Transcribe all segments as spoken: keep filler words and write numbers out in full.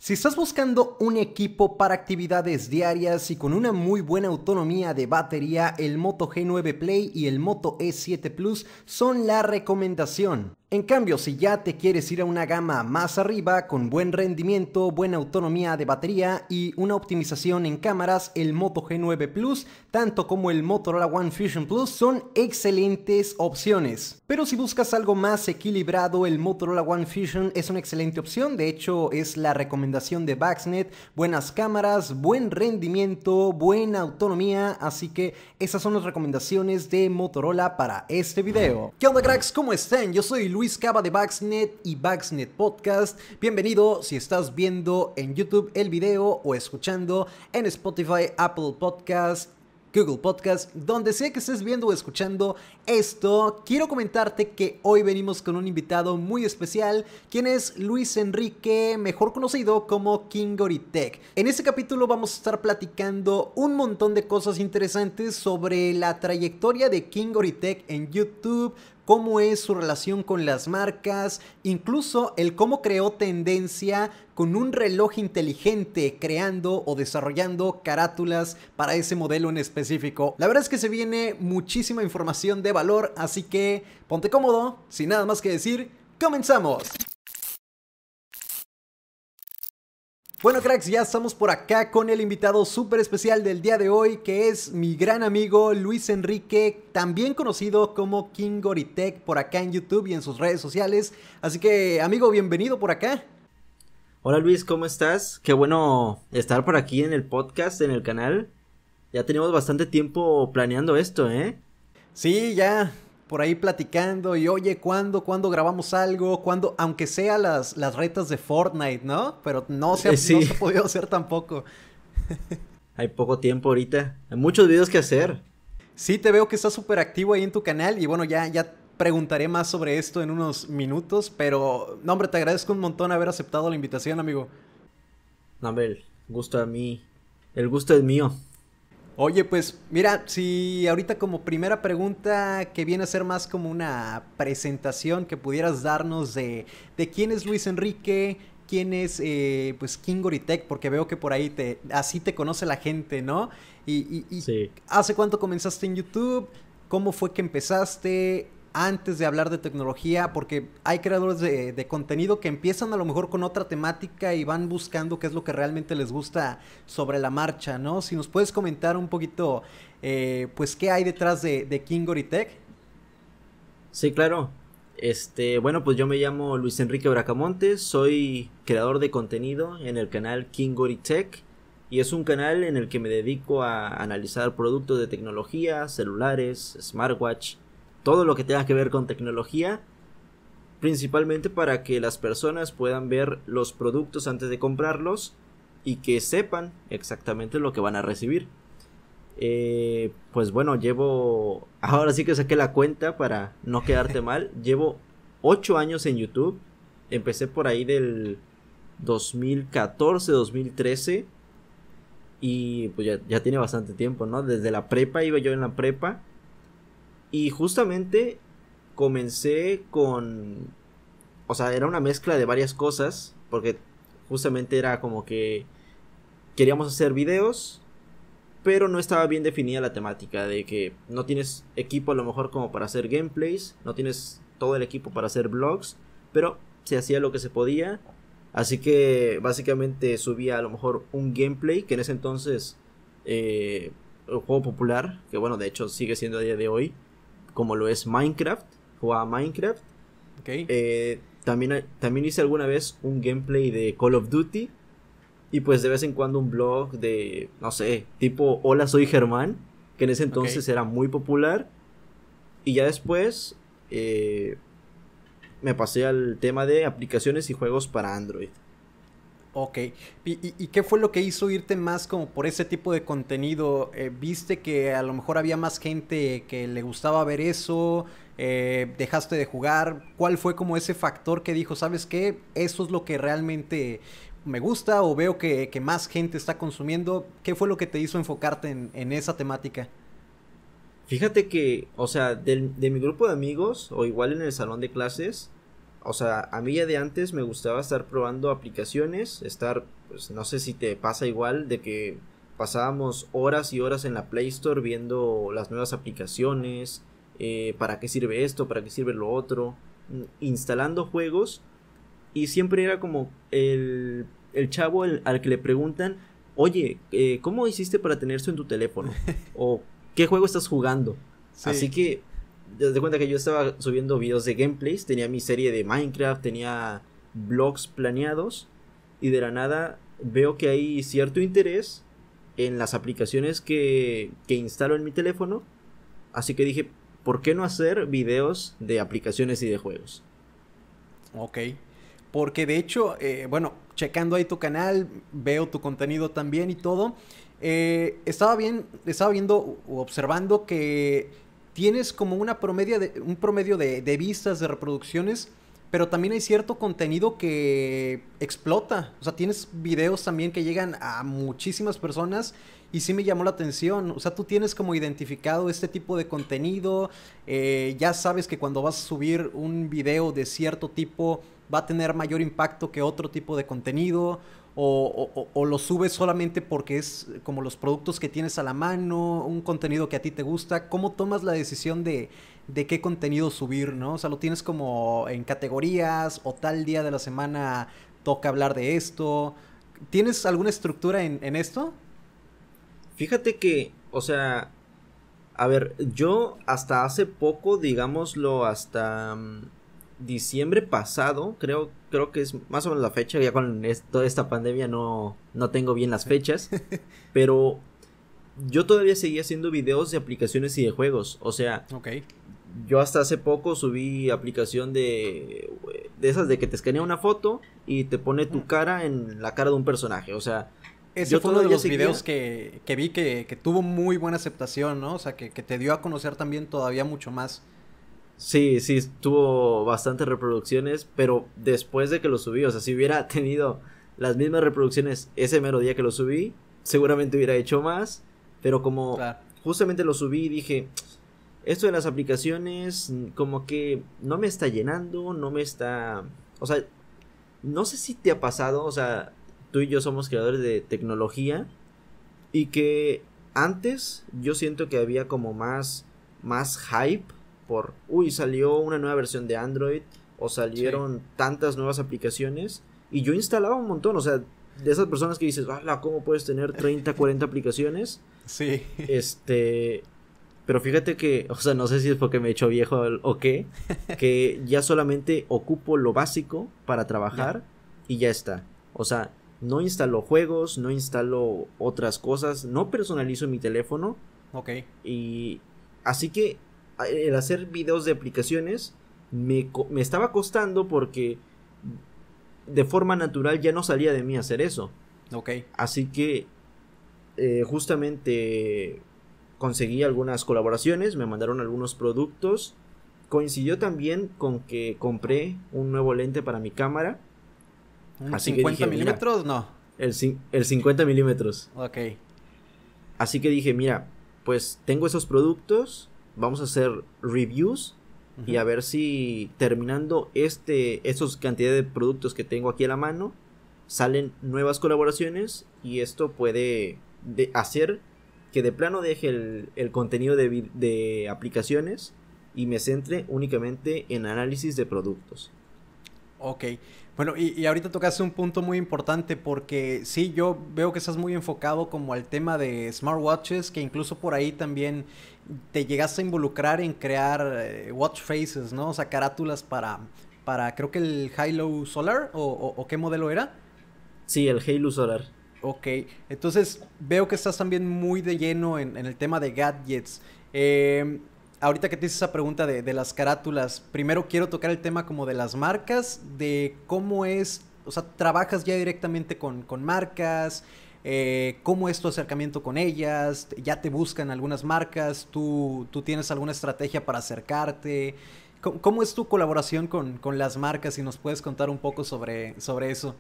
Si estás buscando un equipo para actividades diarias y con una muy buena autonomía de batería, el Moto G nueve Play y el Moto E siete Plus son la recomendación. En cambio, si ya te quieres ir a una gama más arriba, con buen rendimiento, buena autonomía de batería y una optimización en cámaras, el Moto G nueve Plus, tanto como el Motorola One Fusion Plus, son excelentes opciones. Pero si buscas algo más equilibrado, el Motorola One Fusion es una excelente opción. De hecho, es la recomendación de Baxnet. Buenas cámaras, buen rendimiento, buena autonomía, así que esas son las recomendaciones de Motorola para este video. ¿Qué onda, cracks? ¿Cómo están? Yo soy Luis Luis Cava de Baxnet y Baxnet Podcast. Bienvenido si estás viendo en YouTube el video o escuchando en Spotify, Apple Podcast, Google Podcast, donde sea que estés viendo o escuchando esto. Quiero comentarte que hoy venimos con un invitado muy especial, quien es Luis Enrique, mejor conocido como KingOriTech. En este capítulo vamos a estar platicando un montón de cosas interesantes sobre la trayectoria de KingOriTech en YouTube, cómo es su relación con las marcas, incluso el cómo creó tendencia con un reloj inteligente, creando o desarrollando carátulas para ese modelo en específico. La verdad es que se viene muchísima información de valor, así que ponte cómodo, sin nada más que decir, ¡comenzamos! Bueno, cracks, ya estamos por acá con el invitado súper especial del día de hoy, que es mi gran amigo Luis Enrique, también conocido como KingOriTech por acá en YouTube y en sus redes sociales. Así que, amigo, bienvenido por acá. Hola Luis, ¿cómo estás? Qué bueno estar por aquí en el podcast, en el canal. Ya tenemos bastante tiempo planeando esto, ¿eh? Sí, ya por ahí platicando y oye, ¿cuándo, ¿cuándo grabamos algo? ¿Cuándo? Aunque sea las, las retas de Fortnite, ¿no? Pero no se ha, sí. no se ha podido hacer tampoco. Hay poco tiempo ahorita, hay muchos videos que hacer. Sí, te veo que estás súper activo ahí en tu canal y bueno, ya, ya preguntaré más sobre esto en unos minutos, pero no, hombre, te agradezco un montón haber aceptado la invitación, amigo. No, hombre, el gusto a mí, el gusto es mío. Oye, pues mira, si ahorita como primera pregunta que viene a ser más como una presentación que pudieras darnos de, de quién es Luis Enrique, quién es eh, pues KingOriTech, porque veo que por ahí te, así te conoce la gente, ¿no? Y, y, y sí. ¿Hace cuánto comenzaste en YouTube? ¿Cómo fue que empezaste? Antes de hablar de tecnología, porque hay creadores de, de contenido que empiezan a lo mejor con otra temática y van buscando qué es lo que realmente les gusta sobre la marcha, ¿no? Si nos puedes comentar un poquito, eh, pues, ¿qué hay detrás de, de KingOriTech? Sí, claro. Este, bueno, pues yo me llamo Luis Enrique Bracamontes, soy creador de contenido en el canal KingOriTech y es un canal en el que me dedico a analizar productos de tecnología, celulares, smartwatch, todo lo que tenga que ver con tecnología, principalmente para que las personas puedan ver los productos antes de comprarlos y que sepan exactamente lo que van a recibir. Eh, pues bueno, llevo, ahora sí que saqué la cuenta para no quedarte mal, llevo ocho años en YouTube, empecé por ahí del dos mil catorce, dos mil trece y pues ya, ya tiene bastante tiempo, ¿no? Desde la prepa, iba yo en la prepa. Y justamente comencé con, o sea, era una mezcla de varias cosas, porque justamente era como que queríamos hacer videos, pero no estaba bien definida la temática, de que no tienes equipo a lo mejor como para hacer gameplays, no tienes todo el equipo para hacer vlogs, pero se hacía lo que se podía, así que básicamente subía a lo mejor un gameplay, que en ese entonces, eh, un juego popular, que bueno, de hecho sigue siendo a día de hoy, como lo es Minecraft, jugaba Minecraft. Okay. Eh, también, también hice alguna vez un gameplay de Call of Duty. Y pues de vez en cuando un blog de, no sé, tipo Hola soy Germán, que en ese entonces okay. era muy popular. Y ya después eh, me pasé al tema de aplicaciones y juegos para Android. Ok, ¿Y, y, ¿y qué fue lo que hizo irte más como por ese tipo de contenido? Eh, ¿Viste que a lo mejor había más gente que le gustaba ver eso? Eh, ¿Dejaste de jugar? ¿Cuál fue como ese factor que dijo, sabes qué? Eso es lo que realmente me gusta o veo que, que más gente está consumiendo. ¿Qué fue lo que te hizo enfocarte en, en esa temática? Fíjate que, o sea, de, de mi grupo de amigos o igual en el salón de clases, o sea, a mí ya de antes me gustaba estar probando aplicaciones, estar, pues no sé si te pasa igual, de que pasábamos horas y horas en la Play Store viendo las nuevas aplicaciones, eh, para qué sirve esto, para qué sirve lo otro, mm, instalando juegos, y siempre era como el, el chavo el- al que le preguntan, oye, eh, ¿cómo hiciste para tener eso en tu teléfono? O ¿qué juego estás jugando? Sí. Así que, te cuenta que yo estaba subiendo videos de gameplays, tenía mi serie de Minecraft, tenía vlogs planeados, y de la nada veo que hay cierto interés en las aplicaciones que, que instalo en mi teléfono, así que dije, ¿por qué no hacer videos de aplicaciones y de juegos? Ok. Porque de hecho, eh, bueno, checando ahí tu canal, veo tu contenido también y todo. eh, estaba bien, estaba viendo o observando que tienes como una promedio de, un promedio de, de vistas, de reproducciones, pero también hay cierto contenido que explota. O sea, tienes videos también que llegan a muchísimas personas y sí me llamó la atención. O sea, tú tienes como identificado este tipo de contenido, eh, ya sabes que cuando vas a subir un video de cierto tipo va a tener mayor impacto que otro tipo de contenido, o, o, o lo subes solamente porque es como los productos que tienes a la mano, un contenido que a ti te gusta. ¿Cómo tomas la decisión de, de qué contenido subir, no? O sea, lo tienes como en categorías o tal día de la semana toca hablar de esto. ¿Tienes alguna estructura en, en esto? Fíjate que, o sea, a ver, yo hasta hace poco, digámoslo, hasta mm, diciembre pasado, creo, creo que es más o menos la fecha, ya con es- toda esta pandemia no, no tengo bien las Sí. fechas, pero yo todavía seguía haciendo videos de aplicaciones y de juegos, o sea, Ok. yo hasta hace poco subí aplicación de, de esas de que te escanea una foto y te pone tu cara en la cara de un personaje, o sea, Ese yo fue uno de todavía los videos seguía. que, que vi que, que tuvo muy buena aceptación, ¿no? O sea, que, que te dio a conocer también todavía mucho más. Sí, sí, tuvo bastantes reproducciones, pero después de que lo subí, o sea, si hubiera tenido las mismas reproducciones ese mero día que lo subí, seguramente hubiera hecho más, pero como Claro. justamente lo subí, dije, esto de las aplicaciones mm, como que no me está llenando, no me está, o sea, no sé si te ha pasado, o sea, tú y yo somos creadores de tecnología y que antes yo siento que había como más, más hype por, uy, salió una nueva versión de Android o Sí. salieron tantas nuevas aplicaciones y yo instalaba un montón, o sea, de esas personas que dices, ¡hala! ¿Cómo puedes tener treinta cuarenta aplicaciones? Sí. Este, pero fíjate que, o sea, no sé si es porque me he hecho viejo o qué, que ya solamente ocupo lo básico para Ya. trabajar y ya está. O sea, no instalo juegos, no instalo otras cosas, no personalizo mi teléfono Ok. y así que a- el hacer videos de aplicaciones me, co- me estaba costando porque de forma natural ya no salía de mí hacer eso. Ok. Así que eh, justamente conseguí algunas colaboraciones, me mandaron algunos productos. Coincidió también con que compré un nuevo lente para mi cámara. ¿Un Así que cincuenta dije, mira, milímetros? No. el, cin- el cincuenta milímetros. Ok. Así que dije, mira, pues tengo esos productos, vamos a hacer reviews y Ujú. a ver si terminando este, esos cantidad de productos que tengo aquí a la mano, salen nuevas colaboraciones y esto puede de hacer que de plano deje el, el contenido de, vi- de aplicaciones y me centre únicamente en análisis de productos. Ok. Bueno, y, y ahorita tocaste un punto muy importante porque sí, yo veo que estás muy enfocado como al tema de smartwatches, que incluso por ahí también te llegaste a involucrar en crear eh, watch faces, ¿no? O sea, carátulas para, para creo que el Hilo Solar, o, o, o qué modelo era. Sí, el Halo Solar. Ok, entonces veo que estás también muy de lleno en, en el tema de gadgets. Eh, ahorita que te hice esa pregunta de, de las carátulas, primero quiero tocar el tema como de las marcas, de cómo es, o sea, trabajas ya directamente con, con marcas, eh, cómo es tu acercamiento con ellas, ya te buscan algunas marcas, tú, tú tienes alguna estrategia para acercarte. ¿Cómo, cómo es tu colaboración con, con las marcas? Si nos puedes contar un poco sobre, sobre eso.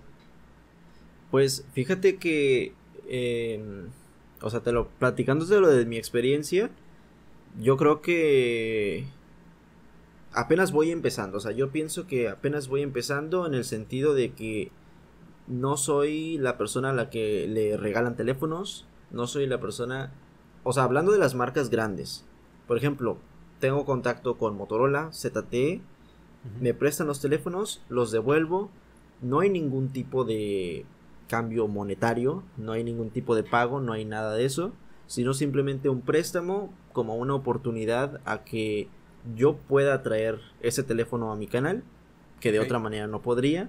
Pues fíjate que, em, o sea, te lo platicándote lo de mi experiencia, yo creo que apenas voy empezando. O sea, yo pienso que apenas voy empezando en el sentido de que no soy la persona a la que le regalan teléfonos. No soy la persona... O sea, hablando de las marcas grandes. Por ejemplo, tengo contacto con Motorola, Z T E. Uh-huh. Me prestan los teléfonos, los devuelvo. No hay ningún tipo de cambio monetario. No hay ningún tipo de pago. No hay nada de eso. Sino simplemente un préstamo como una oportunidad a que yo pueda traer ese teléfono a mi canal, que de okay. otra manera no podría.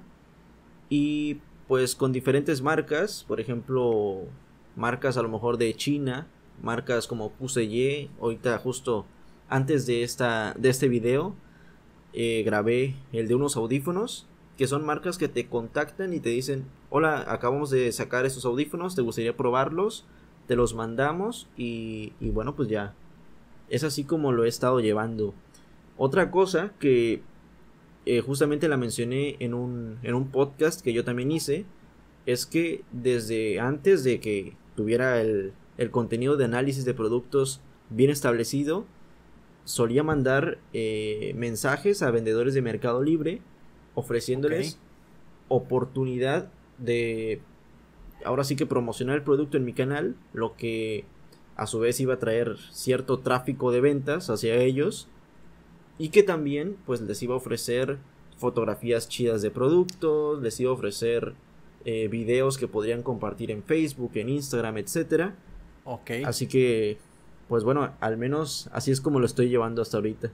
Y pues con diferentes marcas, por ejemplo, marcas a lo mejor de China, marcas como Q C Y. Ahorita justo antes de esta de este video eh, grabé el de unos audífonos, que son marcas que te contactan y te dicen: hola, acabamos de sacar estos audífonos, ¿te gustaría probarlos? Te los mandamos y, y bueno, pues ya. Es así como lo he estado llevando. Otra cosa que eh, justamente la mencioné en un, en un podcast que yo también hice, es que desde antes de que tuviera el, el contenido de análisis de productos bien establecido, solía mandar eh, mensajes a vendedores de Mercado Libre ofreciéndoles okay. oportunidad de... ahora sí que promocionar el producto en mi canal, lo que a su vez iba a traer cierto tráfico de ventas hacia ellos, y que también pues les iba a ofrecer fotografías chidas de productos, les iba a ofrecer eh, videos que podrían compartir en Facebook, en Instagram, etcétera. Okay. Así que pues bueno, al menos así es como lo estoy llevando hasta ahorita.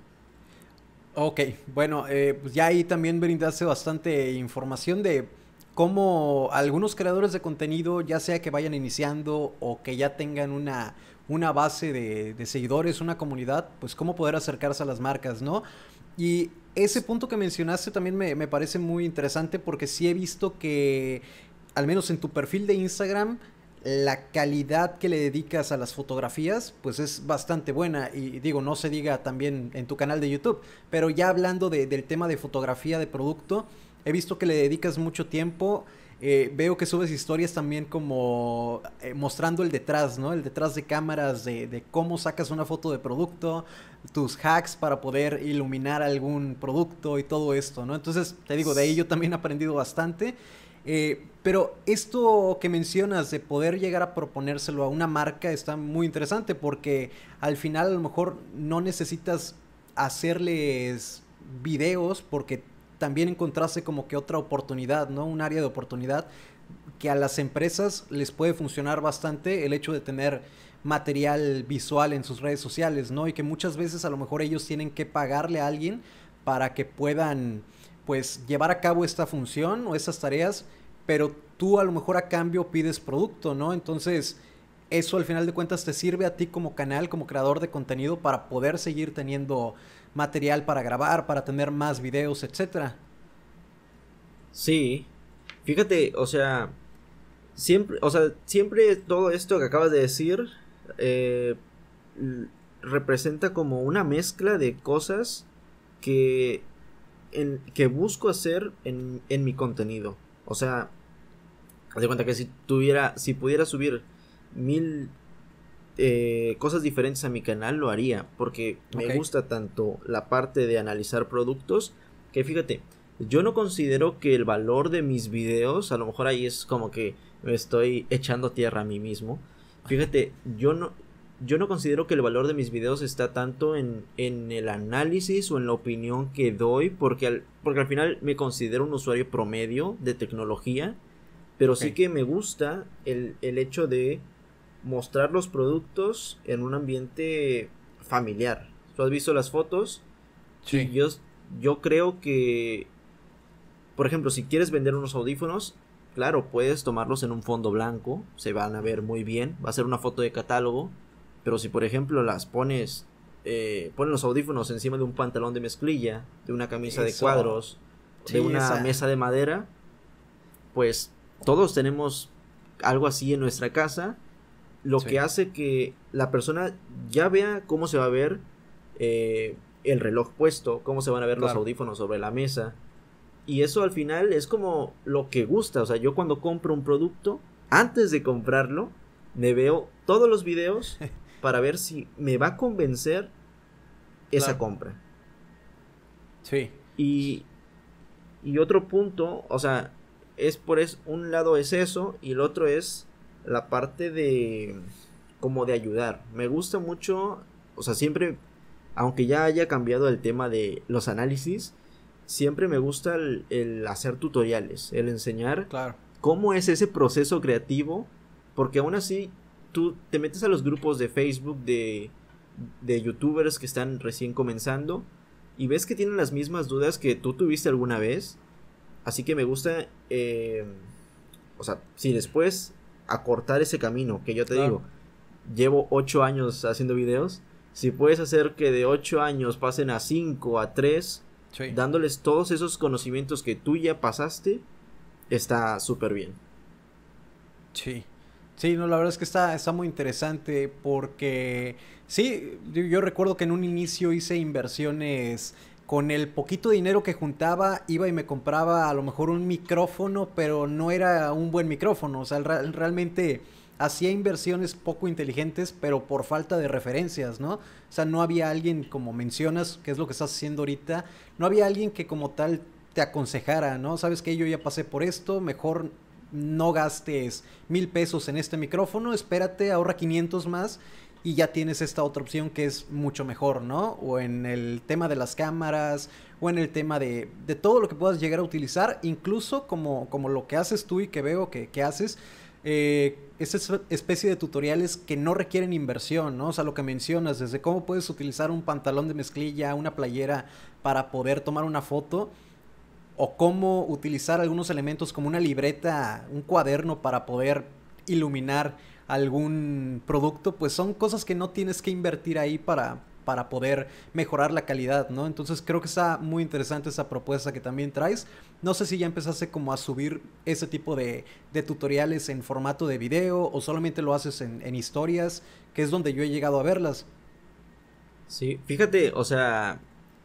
Ok, bueno, eh, pues ya ahí también brindaste bastante información de cómo algunos creadores de contenido, ya sea que vayan iniciando o que ya tengan una, una base de, de seguidores, una comunidad, pues cómo poder acercarse a las marcas, ¿no? Y ese punto que mencionaste también me, me parece muy interesante, porque sí he visto que, al menos en tu perfil de Instagram, la calidad que le dedicas a las fotografías pues es bastante buena, y digo, no se diga también en tu canal de YouTube, pero ya hablando de, del tema de fotografía de producto, he visto que le dedicas mucho tiempo. Eh, veo que subes historias también como eh, mostrando el detrás, ¿no? El detrás de cámaras, de, de cómo sacas una foto de producto, tus hacks para poder iluminar algún producto y todo esto, ¿no? Entonces, te digo, de ahí yo también he aprendido bastante. Eh, pero esto que mencionas de poder llegar a proponérselo a una marca está muy interesante, porque al final a lo mejor no necesitas hacerles videos, porque también encontraste como que otra oportunidad, ¿no? Un área de oportunidad que a las empresas les puede funcionar bastante, el hecho de tener material visual en sus redes sociales, ¿no? Y que muchas veces a lo mejor ellos tienen que pagarle a alguien para que puedan pues llevar a cabo esta función o estas tareas, pero tú a lo mejor a cambio pides producto, ¿no? Entonces eso al final de cuentas te sirve a ti como canal, como creador de contenido, para poder seguir teniendo material para grabar, para tener más videos, etcétera. Sí, fíjate, o sea, siempre, o sea, siempre todo esto que acabas de decir eh, representa como una mezcla de cosas que En, que busco hacer en, en mi contenido. O sea, haz de cuenta que si tuviera, si pudiera subir mil eh, cosas diferentes a mi canal, lo haría, porque me okay. gusta tanto la parte de analizar productos, que fíjate, yo no considero que el valor de mis videos, a lo mejor ahí es como que me estoy echando tierra a mí mismo. Fíjate, yo no Yo no considero que el valor de mis videos está tanto en, en el análisis o en la opinión que doy, porque al, porque al final me considero un usuario promedio de tecnología, pero okay. sí que me gusta el, el hecho de mostrar los productos en un ambiente familiar. ¿Tú has visto las fotos? Sí. Y yo, yo creo que, por ejemplo, si quieres vender unos audífonos, claro, puedes tomarlos en un fondo blanco, se van a ver muy bien, va a ser una foto de catálogo. Pero si por ejemplo las pones, eh, pones los audífonos encima de un pantalón de mezclilla, de una camisa Eso. de cuadros, sí, de una esa. mesa de madera, pues todos tenemos algo así en nuestra casa, lo sí. que hace que la persona ya vea cómo se va a ver eh, el reloj puesto, cómo se van a ver claro. los audífonos sobre la mesa. Y eso al final es como lo que gusta. O sea, yo cuando compro un producto, antes de comprarlo, me veo todos los videos para ver si me va a convencer esa claro. compra. Sí. Y, y otro punto, o sea, es por es, un lado es eso y el otro es la parte de como de ayudar. Me gusta mucho, o sea, siempre, aunque ya haya cambiado el tema de los análisis, siempre me gusta el, el hacer tutoriales, el enseñar Claro. cómo es ese proceso creativo, porque aún así tú te metes a los grupos de Facebook de, de youtubers que están recién comenzando y ves que tienen las mismas dudas que tú tuviste alguna vez, así que me gusta, eh, o sea, si después acortar ese camino, que yo te Claro. digo, llevo ocho años haciendo videos, si puedes hacer que de ocho años pasen a cinco, a tres, Sí. dándoles todos esos conocimientos que tú ya pasaste, está súper bien. Sí, sí, no, la verdad es que está, está muy interesante porque sí, yo, yo recuerdo que en un inicio hice inversiones con el poquito dinero que juntaba, iba y me compraba a lo mejor un micrófono, pero no era un buen micrófono, o sea, re- realmente hacía inversiones poco inteligentes, pero por falta de referencias, ¿no? O sea, no había alguien, como mencionas, que es lo que estás haciendo ahorita, no había alguien que como tal te aconsejara, ¿no? Sabes que yo ya pasé por esto, mejor no gastes mil pesos en este micrófono, espérate, ahorra quinientos más y ya tienes esta otra opción que es mucho mejor, ¿no? O en el tema de las cámaras, o en el tema de, de todo lo que puedas llegar a utilizar, incluso como, como lo que haces tú y que veo que, que haces, eh, esa especie de tutoriales que no requieren inversión, ¿no? O sea, lo que mencionas, desde cómo puedes utilizar un pantalón de mezclilla, una playera para poder tomar una foto, o cómo utilizar algunos elementos como una libreta, un cuaderno para poder iluminar algún producto, pues son cosas que no tienes que invertir ahí para, para poder mejorar la calidad, ¿no? Entonces creo que está muy interesante esa propuesta que también traes. No sé si ya empezaste como a subir ese tipo de, de tutoriales en formato de video o solamente lo haces en, en historias, que es donde yo he llegado a verlas. Sí, fíjate, o sea,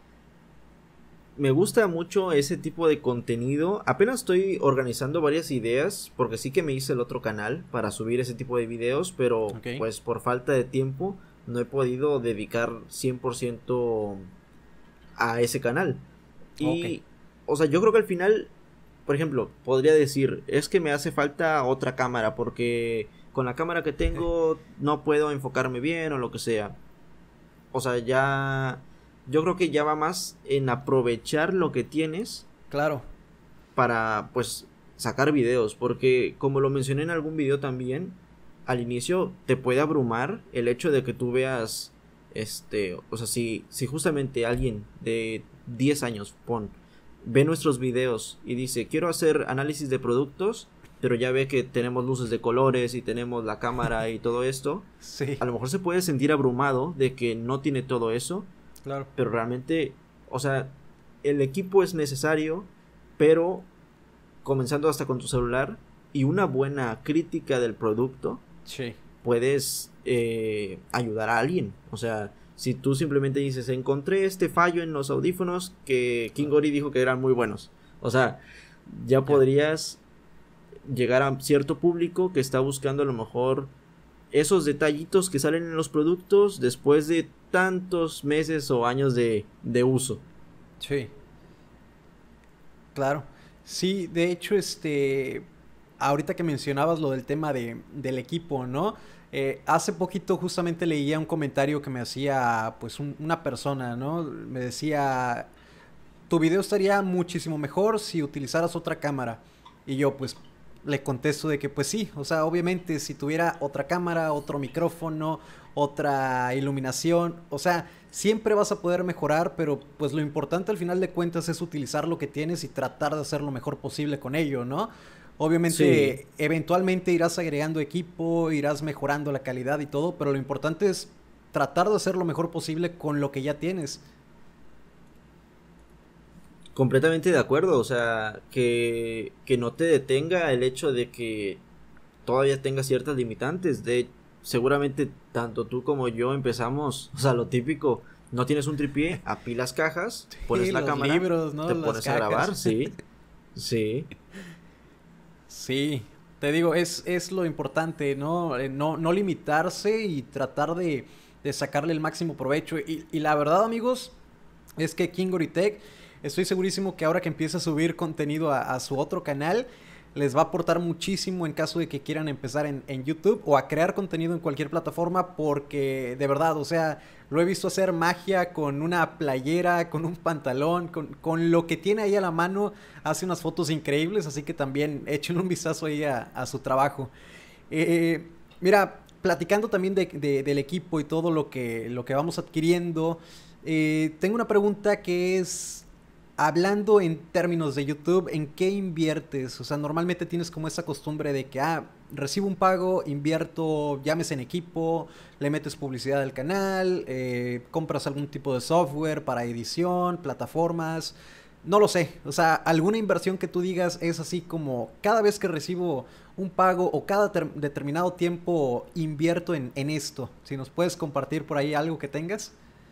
me gusta mucho ese tipo de contenido. Apenas estoy organizando varias ideas, porque sí que me hice el otro canal para subir ese tipo de videos, pero Ok. pues por falta de tiempo no he podido dedicar cien por ciento a ese canal. Ok. Y, o sea, yo creo que al final, por ejemplo, podría decir, es que me hace falta otra cámara, porque con la cámara que tengo no puedo enfocarme bien o lo que sea. O sea, ya... Yo creo que ya va más en aprovechar lo que tienes Claro. para, pues, sacar videos. Porque, como lo mencioné en algún video también, al inicio te puede abrumar el hecho de que tú veas, este, o sea, si, si justamente alguien de diez años, pon, ve nuestros videos y dice, quiero hacer análisis de productos, pero ya ve que tenemos luces de colores y tenemos la cámara y todo esto, Sí, a lo mejor se puede sentir abrumado de que no tiene todo eso, claro. pero realmente, o sea, el equipo es necesario, pero comenzando hasta con tu celular y una buena crítica del producto, Sí. puedes eh, ayudar a alguien. O sea, si tú simplemente dices, encontré este fallo en los audífonos que King Gori dijo que eran muy buenos. O sea, ya Ya. podrías llegar a cierto público que está buscando a lo mejor esos detallitos que salen en los productos después de tantos meses o años de, de uso. Sí. Claro. Sí, de hecho, este, ahorita que mencionabas lo del tema de, del equipo, ¿no? Eh, hace poquito justamente leía un comentario que me hacía, pues, un- una persona, ¿no? Me decía, tu video estaría muchísimo mejor si utilizaras otra cámara. Y yo, pues, le contesto de que, pues sí, o sea, obviamente si tuviera otra cámara, otro micrófono, otra iluminación, o sea, siempre vas a poder mejorar, pero pues lo importante al final de cuentas es utilizar lo que tienes y tratar de hacer lo mejor posible con ello, ¿no? Sí, Obviamente, eventualmente irás agregando equipo, irás mejorando la calidad y todo, pero lo importante es tratar de hacer lo mejor posible con lo que ya tienes. completamente de acuerdo. O sea, que, que no te detenga el hecho de que todavía tengas ciertas limitantes. De seguramente tanto tú como yo empezamos, o sea, lo típico, no tienes un tripié, apilas cajas, Sí, pones la los cámara, libros, ¿no? te Las pones a grabar, cajas. sí, sí, Sí, te digo, es, es lo importante, ¿no? Eh, no, no limitarse y tratar de, de sacarle el máximo provecho. Y, y la verdad, amigos, es que King Tech estoy segurísimo que ahora que empiece a subir contenido a, a su otro canal, les va a aportar muchísimo en caso de que quieran empezar en, en YouTube o a crear contenido en cualquier plataforma, porque de verdad, o sea, lo he visto hacer magia con una playera, con un pantalón, con, con lo que tiene ahí a la mano, hace unas fotos increíbles, así que también échenle un vistazo ahí a, a su trabajo. Eh, mira, platicando también de, de, del equipo y todo lo que, lo que vamos adquiriendo, eh, tengo una pregunta que es... Hablando en términos de YouTube, ¿en qué inviertes? O sea, normalmente tienes como esa costumbre de que, ah, recibo un pago, invierto, llámese en equipo, le metes publicidad al canal, eh, compras algún tipo de software para edición, plataformas, no lo sé. O sea, alguna inversión que tú digas es así como cada vez que recibo un pago o cada ter- determinado tiempo invierto en, en esto. Si nos puedes compartir por ahí algo que tengas.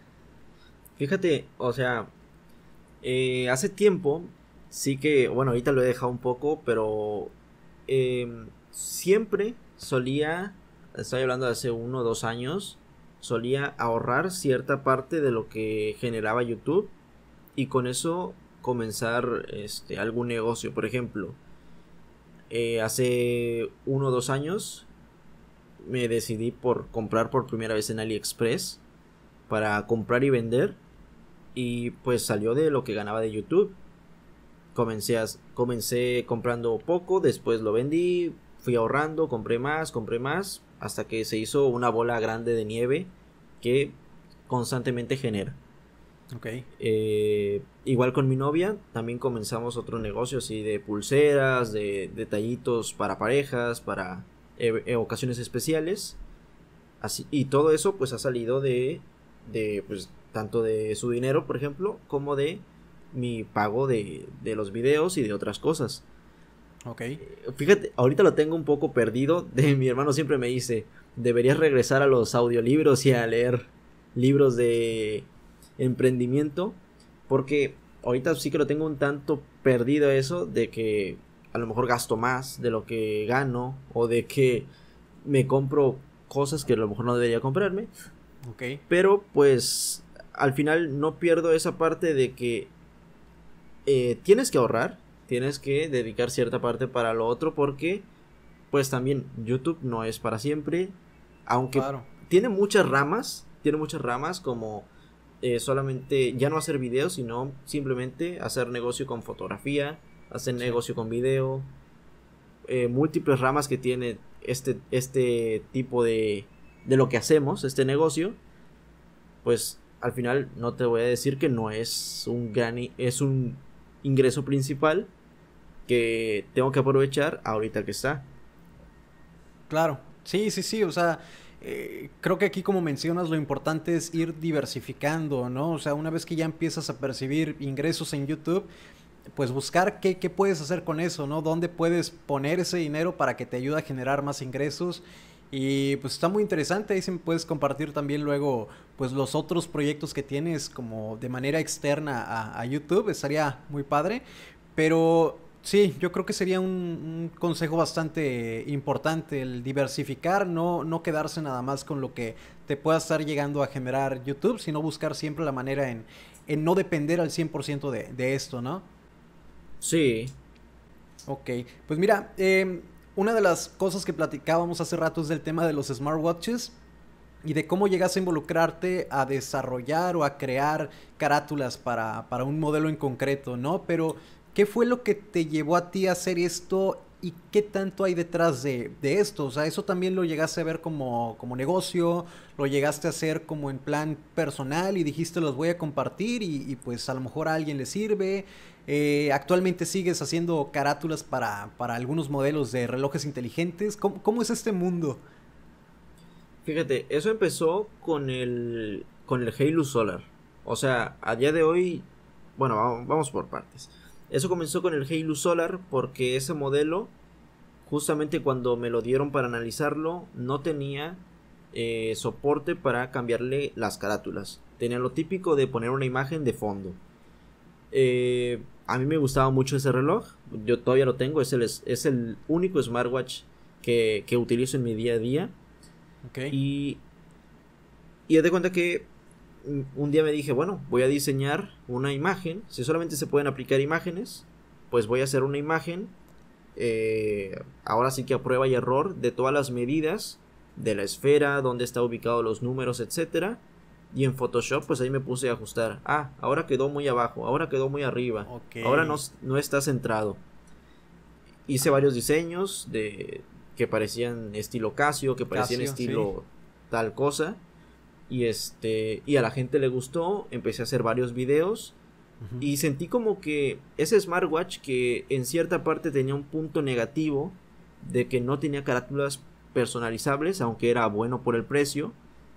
Fíjate, o sea, eh, hace tiempo, sí que, bueno, ahorita lo he dejado un poco, pero eh, siempre solía, estoy hablando de hace uno o dos años, solía ahorrar cierta parte de lo que generaba YouTube y con eso comenzar este, algún negocio. Por ejemplo, eh, hace uno o dos años me decidí por comprar por primera vez en AliExpress para comprar y vender, y pues salió de lo que ganaba de YouTube. Comencé, a, comencé comprando poco, después lo vendí, fui ahorrando, compré más, compré más, hasta que se hizo una bola grande de nieve que constantemente genera. Ok. Eh, igual con mi novia, también comenzamos otro negocio así de pulseras, de detallitos para parejas, para e e ocasiones especiales. Así, y todo eso pues ha salido de, de pues tanto de su dinero, por ejemplo, como de mi pago de, de los videos y de otras cosas. Ok. Fíjate, ahorita lo tengo un poco perdido. De mi hermano siempre me dice, deberías regresar a los audiolibros y a leer libros de emprendimiento, porque ahorita sí que lo tengo un tanto perdido eso de que a lo mejor gasto más de lo que gano, o de que me compro cosas que a lo mejor no debería comprarme. Ok. Pero pues al final no pierdo esa parte de que eh, tienes que ahorrar, tienes que dedicar cierta parte para lo otro, porque pues también YouTube no es para siempre, aunque Claro. tiene muchas ramas, tiene muchas ramas como eh, solamente ya no hacer videos, sino simplemente hacer negocio con fotografía, hacer Sí. negocio con video, eh, múltiples ramas que tiene este, este tipo de, de lo que hacemos, este negocio. Pues al final no te voy a decir que no es un gran, es un ingreso principal que tengo que aprovechar ahorita que está. Claro, sí, sí, sí, o sea, eh, creo que aquí como mencionas lo importante es ir diversificando, ¿no? O sea, una vez que ya empiezas a percibir ingresos en YouTube, pues buscar qué, qué puedes hacer con eso, ¿no? Dónde puedes poner ese dinero para que te ayude a generar más ingresos. Y pues está muy interesante, ahí sí me puedes compartir también luego pues los otros proyectos que tienes como de manera externa a, a YouTube, estaría muy padre. Pero sí, yo creo que sería un, un consejo bastante importante el diversificar, no, no quedarse nada más con lo que te pueda estar llegando a generar YouTube, sino buscar siempre la manera en, en no depender al cien por ciento de, de esto, ¿no? Sí, Ok, pues mira, eh, una de las cosas que platicábamos hace rato es del tema de los smartwatches y de cómo llegas a involucrarte a desarrollar o a crear carátulas para, para un modelo en concreto, ¿no? Pero, ¿qué fue lo que te llevó a ti a hacer esto y qué tanto hay detrás de, de esto? O sea, ¿eso también lo llegaste a ver como, como negocio? ¿Lo llegaste a hacer como en plan personal y dijiste los voy a compartir y, y pues a lo mejor a alguien le sirve? Eh, ¿actualmente sigues haciendo carátulas para, para algunos modelos de relojes inteligentes? ¿Cómo, cómo es este mundo? fíjate, eso empezó con el con el Halo Solar. O sea, a día de hoy, bueno, vamos, vamos por partes. Eso comenzó con el Halo Solar porque ese modelo, justamente cuando me lo dieron para analizarlo, no tenía eh, soporte para cambiarle las carátulas. Tenía lo típico de poner una imagen de fondo. Eh, a mí me gustaba mucho ese reloj. Yo todavía lo tengo. Es el, es el único smartwatch que, que utilizo en mi día a día. Ok. Y, y haz de cuenta que un día me dije, bueno, voy a diseñar una imagen. Si solamente se pueden aplicar imágenes, pues voy a hacer una imagen, eh, ahora sí que a prueba y error, de todas las medidas de la esfera, dónde está ubicado los números, etcétera. Y en Photoshop pues ahí me puse a ajustar. Ah, ahora quedó muy abajo, ahora quedó muy arriba, okay. Ahora no, no está centrado. Hice varios diseños de que parecían estilo Casio, que parecían Casio, estilo sí. tal cosa. Y este y a la gente le gustó, empecé a hacer varios videos. Uh-huh. Y sentí como que ese smartwatch, que en cierta parte tenía un punto negativo de que no tenía carátulas personalizables, aunque era bueno por el precio,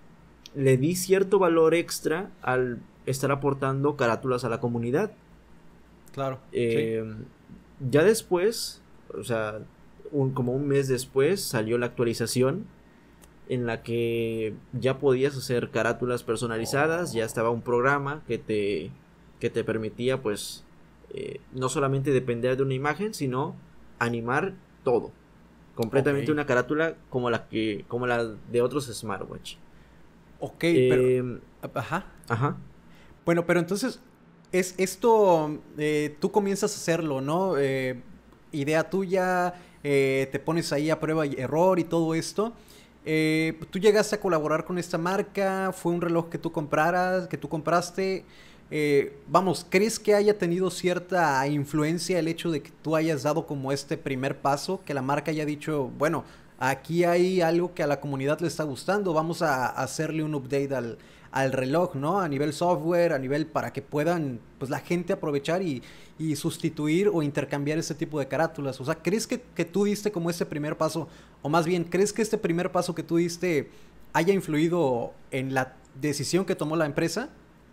le di cierto valor extra al estar aportando carátulas a la comunidad. Claro. Eh, sí. Ya después, o sea, un, como un mes después, salió la actualización en la que ya podías hacer carátulas personalizadas. Oh. Ya estaba un programa que te, que te permitía, pues, eh, no solamente depender de una imagen, sino animar todo. Completamente, okay. Una carátula como la que como la de otros smartwatch. Ok, eh, pero... Ajá. Ajá. Bueno, pero entonces, es esto, eh, tú comienzas a hacerlo, ¿no? Eh, idea tuya, eh, te pones ahí a prueba y error y todo esto. Eh, tú llegaste a colaborar con esta marca, fue un reloj que tú compraras, que tú compraste. Eh, vamos, ¿crees que haya tenido cierta influencia el hecho de que tú hayas dado como este primer paso, que la marca haya dicho, bueno, aquí hay algo que a la comunidad le está gustando, vamos a hacerle un update al, al reloj, ¿no? A nivel software, a nivel para que puedan, pues, la gente aprovechar y, y sustituir o intercambiar ese tipo de carátulas. O sea, ¿crees que, que tú diste como ese primer paso? O más bien, ¿crees que este primer paso que tú diste haya influido en la decisión que tomó la empresa?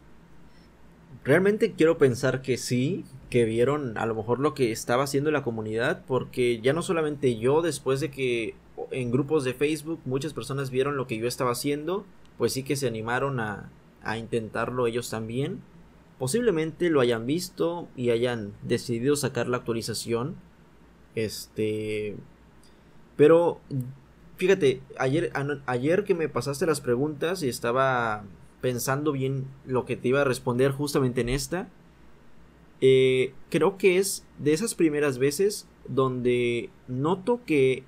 Realmente quiero pensar que sí, que vieron a lo mejor lo que estaba haciendo la comunidad, porque ya no solamente yo, después de que en grupos de Facebook muchas personas vieron lo que yo estaba haciendo, pues sí que se animaron a, a intentarlo ellos también. Posiblemente lo hayan visto y hayan decidido sacar la actualización. Este... Pero, fíjate, ayer, a, ayer que me pasaste las preguntas y estaba pensando bien lo que te iba a responder justamente en esta, eh, creo que es de esas primeras veces donde noto que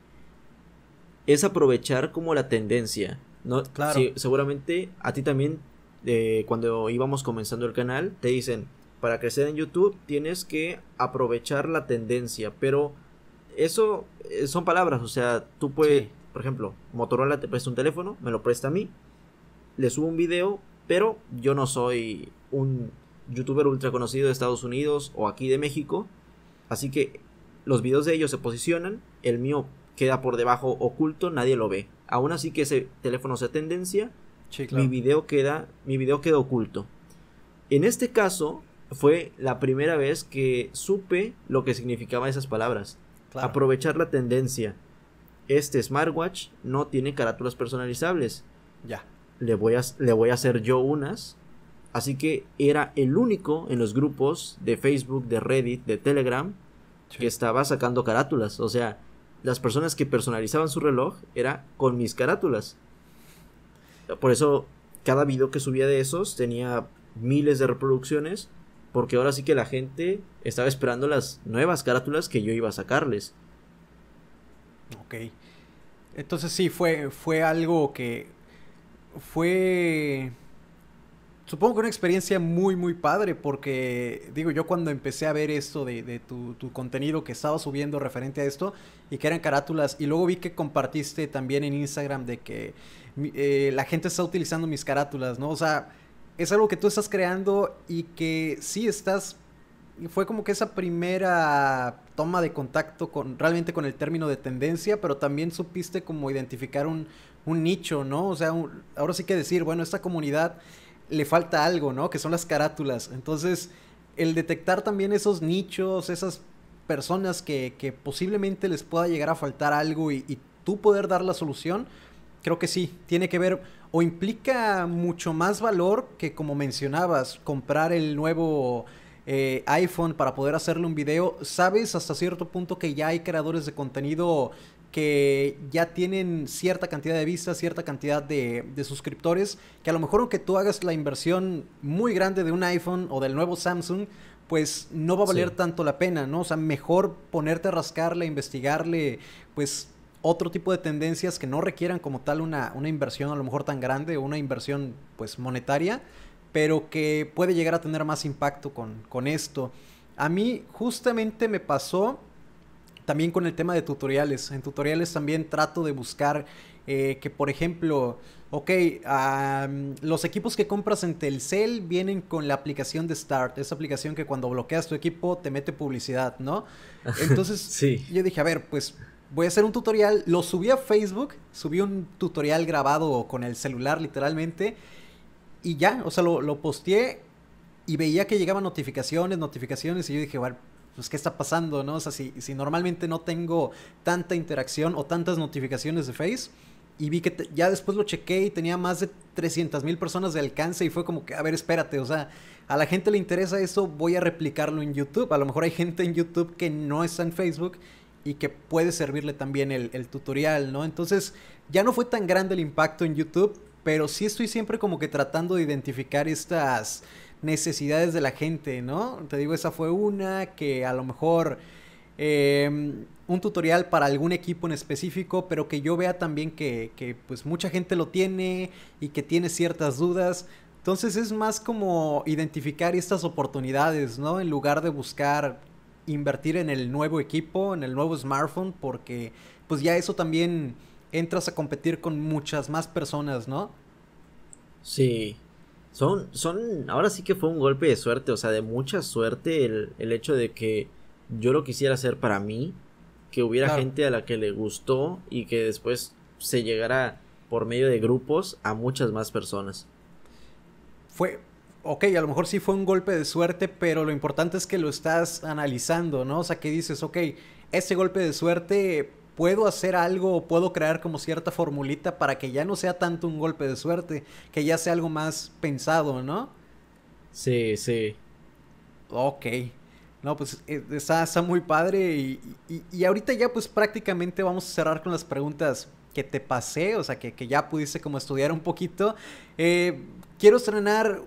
es aprovechar como la tendencia, ¿no? Claro. Sí, seguramente a ti también, eh, cuando íbamos comenzando el canal, te dicen, para crecer en YouTube tienes que aprovechar la tendencia, pero eso eh, son palabras, o sea, tú puedes, sí. Por ejemplo, Motorola te presta un teléfono, me lo presta a mí, le subo un video, pero yo no soy un youtuber ultra conocido de Estados Unidos o aquí de México, así que los videos de ellos se posicionan, el mío queda por debajo oculto, nadie lo ve. Aún así que ese teléfono sea tendencia, sí, claro. mi video queda, mi video queda oculto. En este caso fue la primera vez que supe lo que significaban esas palabras. Claro. Aprovechar la tendencia. Este smartwatch no tiene carátulas personalizables. Ya. Le voy a, le voy a hacer yo unas. Así que era el único en los grupos de Facebook, de Reddit, de Telegram, sí. que estaba sacando carátulas. O sea, las personas que personalizaban su reloj era con mis carátulas. Por eso cada video que subía de esos tenía miles de reproducciones, porque ahora sí que la gente estaba esperando las nuevas carátulas que yo iba a sacarles. Ok. Entonces sí, fue, fue algo que fue, supongo que una experiencia muy muy padre, porque digo, yo cuando empecé a ver esto de, de tu, tu contenido que estabas subiendo referente a esto y que eran carátulas, y luego vi que compartiste también en Instagram de que eh, la gente está utilizando mis carátulas, ¿no? O sea, es algo que tú estás creando y que sí estás, fue como que esa primera toma de contacto con realmente con el término de tendencia, pero también supiste como identificar un, un nicho, ¿no? O sea, un, ahora sí que decir, bueno, esta comunidad le falta algo, ¿no? Que son las carátulas. Entonces, el detectar también esos nichos, esas personas que, que posiblemente les pueda llegar a faltar algo y, y tú poder dar la solución, creo que sí, tiene que ver o implica mucho más valor que, como mencionabas, comprar el nuevo eh, iPhone para poder hacerle un video. Sabes hasta cierto punto que ya hay creadores de contenido que ya tienen cierta cantidad de vistas, cierta cantidad de, de suscriptores, que a lo mejor aunque tú hagas la inversión muy grande de un iPhone o del nuevo Samsung, pues no va a valer Sí. tanto la pena, ¿no? O sea, mejor ponerte a rascarle, investigarle, pues otro tipo de tendencias que no requieran como tal una, una inversión a lo mejor tan grande o una inversión pues monetaria, pero que puede llegar a tener más impacto con, con esto. A mí justamente me pasó también con el tema de tutoriales. En tutoriales también trato de buscar eh, que, por ejemplo, ok, um, los equipos que compras en Telcel vienen con la aplicación de Start. Esa aplicación que cuando bloqueas tu equipo te mete publicidad, ¿no? Entonces Sí. yo dije, a ver, pues voy a hacer un tutorial. Lo subí a Facebook, subí un tutorial grabado con el celular literalmente y ya, o sea, lo, lo posteé y veía que llegaban notificaciones, notificaciones, y yo dije, bueno, pues qué está pasando, ¿no? O sea, si, si normalmente no tengo tanta interacción o tantas notificaciones de Face, y vi que te, ya después lo chequé y tenía más de trescientas mil personas de alcance y fue como que, a ver, espérate, o sea, a la gente le interesa eso, voy a replicarlo en YouTube. A lo mejor hay gente en YouTube que no está en Facebook y que puede servirle también el, el tutorial, ¿no? Entonces, ya no fue tan grande el impacto en YouTube, pero sí estoy siempre como que tratando de identificar estas necesidades de la gente, ¿no? Te digo, esa fue una que a lo mejor eh, un tutorial para algún equipo en específico, pero que yo vea también que, que pues mucha gente lo tiene y que tiene ciertas dudas. Entonces es más como identificar estas oportunidades, ¿no? En lugar de buscar invertir en el nuevo equipo, en el nuevo smartphone, porque pues ya eso también entras a competir con muchas más personas, ¿no? Sí. Son, son, ahora sí que fue un golpe de suerte, o sea, de mucha suerte el, el hecho de que yo lo quisiera hacer para mí, que hubiera Claro. gente a la que le gustó y que después se llegara por medio de grupos a muchas más personas. Fue, ok, a lo mejor sí fue un golpe de suerte, pero lo importante es que lo estás analizando, ¿no? O sea, que dices, ok, este golpe de suerte, puedo hacer algo, puedo crear como cierta formulita para que ya no sea tanto un golpe de suerte, que ya sea algo más pensado, ¿no? Sí, sí. Ok. No, pues eh, está, está muy padre y, y, y ahorita ya pues prácticamente vamos a cerrar con las preguntas que te pasé, o sea, que, que ya pudiste como estudiar un poquito. Eh, quiero estrenar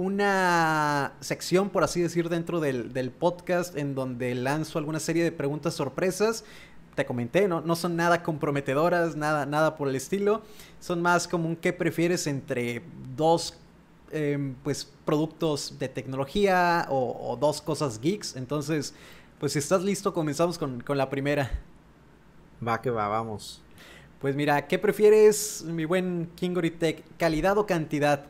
una sección, por así decir, dentro del, del podcast en donde lanzo alguna serie de preguntas sorpresas. Te comenté, ¿no? No son nada comprometedoras, nada, nada por el estilo. Son más como un qué prefieres entre dos eh, pues productos de tecnología o, o dos cosas geeks. Entonces, pues si estás listo, comenzamos con, con la primera. Va que va, vamos. Pues mira, ¿qué prefieres, mi buen Kingoritech? ¿Calidad o cantidad?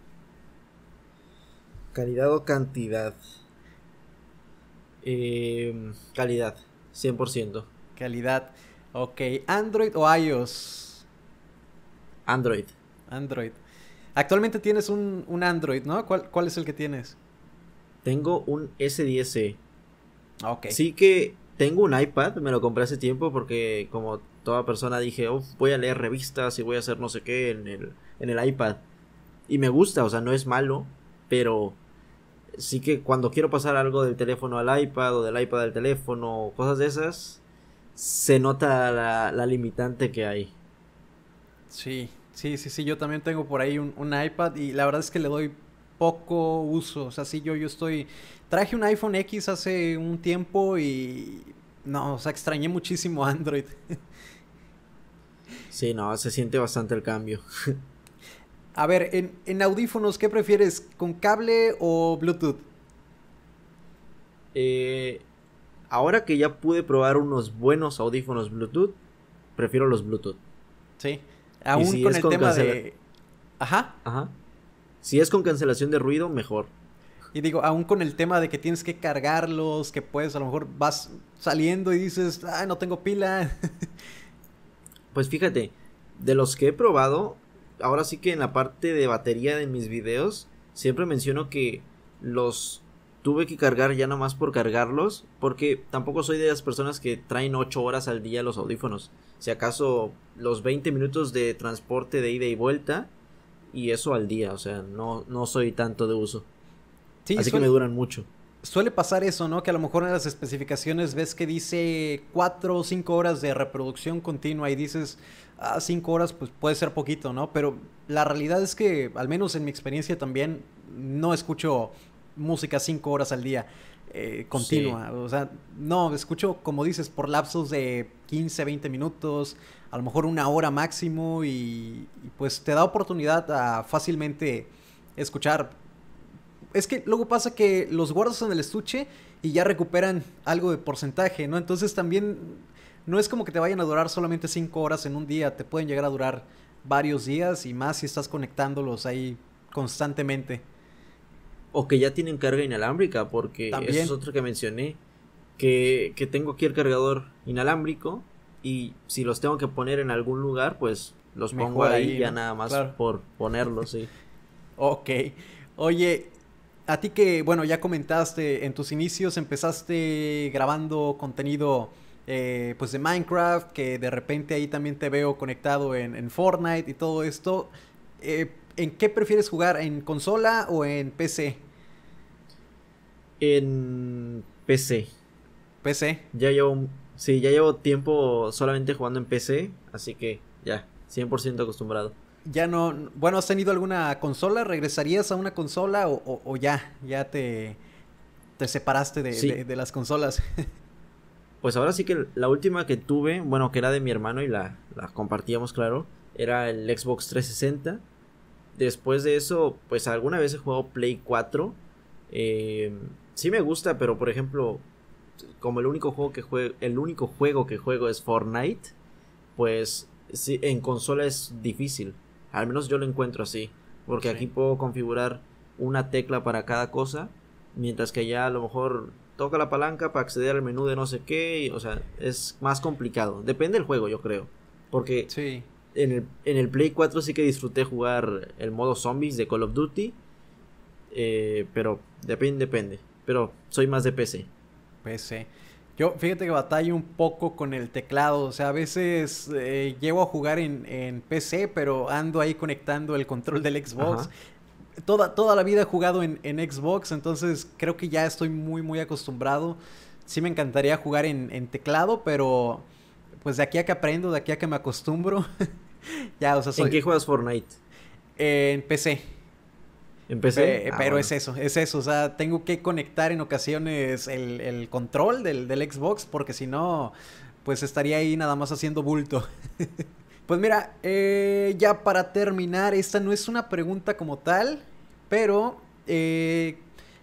Calidad o cantidad. Eh, calidad, cien por ciento. Calidad. Ok, ¿Android o iOS? Android. Android. Actualmente tienes un, un Android, ¿no? ¿Cuál, ¿Cuál es el que tienes? Tengo un S diez e. Ok. Sí que tengo un iPad, me lo compré hace tiempo porque como toda persona dije, oh, voy a leer revistas y voy a hacer no sé qué en el, en el iPad. Y me gusta, o sea, no es malo, pero sí que cuando quiero pasar algo del teléfono al iPad o del iPad al teléfono, cosas de esas, se nota la, la limitante que hay. Sí, sí, sí, sí, yo también tengo por ahí un, un iPad y la verdad es que le doy poco uso. O sea, sí, yo, yo estoy... Traje un iPhone X hace un tiempo y... No, o sea, extrañé muchísimo Android. Sí, no, se siente bastante el cambio. A ver, en, en audífonos, ¿qué prefieres? ¿Con cable o Bluetooth? Eh, ahora que ya pude probar unos buenos audífonos Bluetooth, prefiero los Bluetooth. Sí. Y Aún si con es el con tema cancela... de... Ajá. Ajá. Si es con cancelación de ruido, mejor. Y digo, aún con el tema de que tienes que cargarlos, que puedes, a lo mejor vas saliendo y dices, ah, no tengo pila. Pues fíjate, de los que he probado, ahora sí que en la parte de batería de mis videos, siempre menciono que los tuve que cargar ya nomás por cargarlos, porque tampoco soy de las personas que traen ocho horas al día los audífonos. Si acaso los veinte minutos de transporte de ida y vuelta, y eso al día, o sea, no, no soy tanto de uso. Sí, Así que me suele, duran mucho. suele pasar eso, ¿no? Que a lo mejor en las especificaciones ves que dice cuatro o cinco horas de reproducción continua y dices, ah, cinco horas pues puede ser poquito, ¿no? Pero la realidad es que, al menos en mi experiencia también, no escucho música cinco horas al día eh, Sí. continua. O sea, no, escucho, como dices, por lapsos de quince, veinte minutos, a lo mejor una hora máximo y, y pues te da oportunidad a fácilmente escuchar. Es que luego pasa que los guardas en el estuche y ya recuperan algo de porcentaje, ¿no? Entonces también no es como que te vayan a durar solamente cinco horas en un día, te pueden llegar a durar varios días y más si estás conectándolos ahí constantemente. O que ya tienen carga inalámbrica, porque eso es También otro que mencioné, que, que tengo aquí el cargador inalámbrico y si los tengo que poner en algún lugar, pues los pongo mejor ahí ahí, ya ¿no? nada más Claro. por ponerlos, sí. Ok. Oye, a ti que, bueno, ya comentaste, en tus inicios empezaste grabando contenido eh, pues de Minecraft, que de repente ahí también te veo conectado en, en Fortnite y todo esto. Eh, ¿En qué prefieres jugar? ¿En consola o en P C? En P C. P C. Ya llevo, un- sí, ya llevo tiempo solamente jugando en P C, así que ya, cien por ciento acostumbrado. Ya no, bueno, ¿has tenido alguna consola? ¿Regresarías a una consola o, o- o ya, ya te, te separaste de, Sí, de- de las consolas? pues ahora sí que la última que tuve, bueno, que era de mi hermano y la, la compartíamos, claro, era el Xbox trescientos sesenta. Después de eso, pues alguna vez he jugado Play cuatro. Eh, sí me gusta, pero por ejemplo, como el único juego que juego, el único juego que juego es Fortnite, pues sí, en consola es difícil. Al menos yo lo encuentro así, porque aquí Sí. puedo configurar una tecla para cada cosa, mientras que ya a lo mejor toca la palanca para acceder al menú de no sé qué, y, o sea, es más complicado. Depende del juego, yo creo, porque Sí. en el, en el Play cuatro sí que disfruté jugar el modo zombies de Call of Duty, eh, pero depende, depende. Pero soy más de P C. P C. Yo, fíjate que batallo un poco con el teclado. O sea, a veces eh, llego a jugar en, en P C, pero ando ahí conectando el control del Xbox. Ajá. Toda, toda la vida he jugado en, en Xbox, entonces creo que ya estoy muy, muy acostumbrado. Sí me encantaría jugar en, en teclado, pero pues de aquí a que aprendo, de aquí a que me acostumbro, ya, o sea, ¿En soy qué juegas Fortnite? en P C. ¿En P C? Pe- Ah, Pero es bueno. eso, es eso, o sea, tengo que conectar en ocasiones el, el control del, del Xbox porque si no, pues estaría ahí nada más haciendo bulto. Pues mira, eh, ya para terminar, esta no es una pregunta como tal, pero eh,